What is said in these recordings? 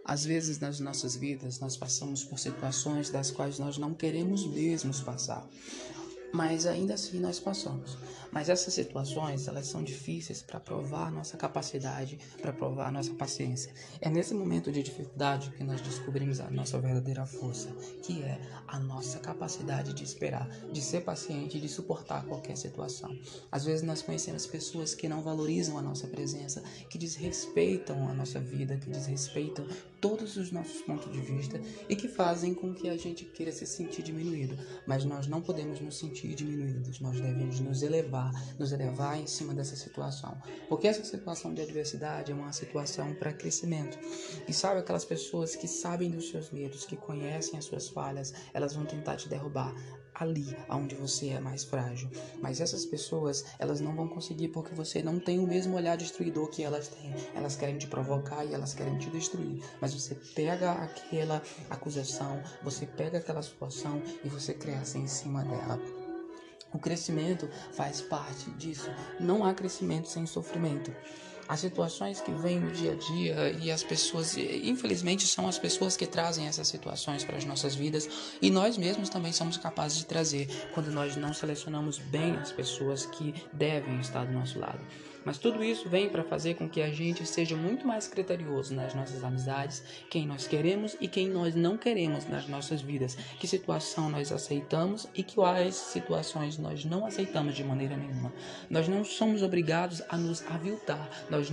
Às vezes nas nossas vidas nós passamos por situações das quais nós não queremos mesmo passar, mas ainda assim nós passamos. Mas essas situações, elas são difíceis para provar nossa capacidade, para provar nossa paciência. É nesse momento de dificuldade que nós descobrimos a nossa verdadeira força, que é a nossa capacidade de esperar, de ser paciente e de suportar qualquer situação. Às vezes nós conhecemos pessoas que não valorizam a nossa presença, que desrespeitam a nossa vida, que desrespeitam todos os nossos pontos de vista e que fazem com que a gente queira se sentir diminuído. Mas nós não podemos nos sentir diminuídos, nós devemos nos elevar em cima dessa situação, porque essa situação de adversidade é uma situação para crescimento. E sabe, aquelas pessoas que sabem dos seus medos, que conhecem as suas falhas, elas vão tentar te derrubar ali onde você é mais frágil, mas essas pessoas, elas não vão conseguir porque você não tem o mesmo olhar destruidor que elas têm. Elas querem te provocar e elas querem te destruir, mas você pega aquela acusação, você pega aquela situação e você cresce em cima dela. O crescimento faz parte disso. Não há crescimento sem sofrimento. As situações que vêm no dia a dia e as pessoas, infelizmente, são as pessoas que trazem essas situações para as nossas vidas, e nós mesmos também somos capazes de trazer quando nós não selecionamos bem as pessoas que devem estar do nosso lado. Mas tudo isso vem para fazer com que a gente seja muito mais criterioso nas nossas amizades, quem nós queremos e quem nós não queremos nas nossas vidas, que situação nós aceitamos e quais situações nós não aceitamos de maneira nenhuma. Nós não somos obrigados a nos aviltar, nós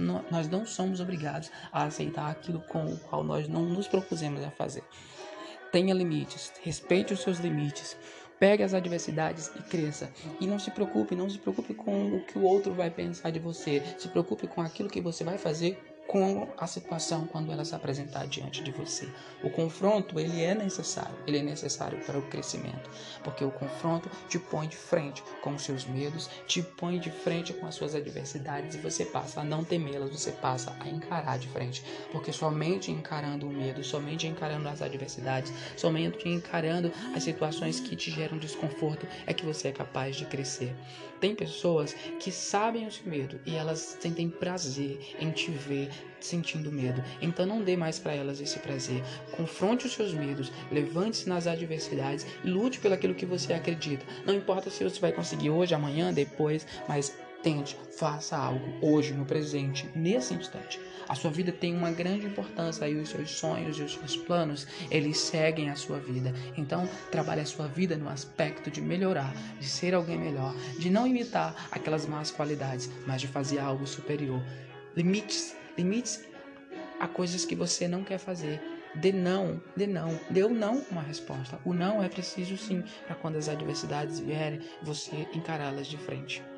não somos obrigados a aceitar aquilo com o qual nós não nos propusemos a fazer. Tenha limites, respeite os seus limites, pegue as adversidades e cresça. E não se preocupe com o que o outro vai pensar de você, se preocupe com aquilo que você vai fazer com a situação quando ela se apresentar diante de você. O confronto, ele é necessário para o crescimento, porque o confronto te põe de frente com os seus medos, te põe de frente com as suas adversidades e você passa a não temê-las, você passa a encarar de frente, porque somente encarando o medo, somente encarando as adversidades, somente encarando as situações que te geram desconforto é que você é capaz de crescer. Tem pessoas que sabem o seu medo e elas sentem prazer em te ver sentindo medo. Então não dê mais para elas esse prazer. Confronte os seus medos, levante-se nas adversidades e lute pelo aquilo que você acredita. Não importa se você vai conseguir hoje, amanhã, depois, mas tente, faça algo hoje, no presente, nesse instante. A sua vida tem uma grande importância e os seus sonhos e os seus planos, eles seguem a sua vida. Então, trabalhe a sua vida no aspecto de melhorar, de ser alguém melhor, de não imitar aquelas más qualidades, mas de fazer algo superior. Limites a coisas que você não quer fazer. Dê o não uma resposta. O não é preciso sim, para quando as adversidades vierem, você encará-las de frente.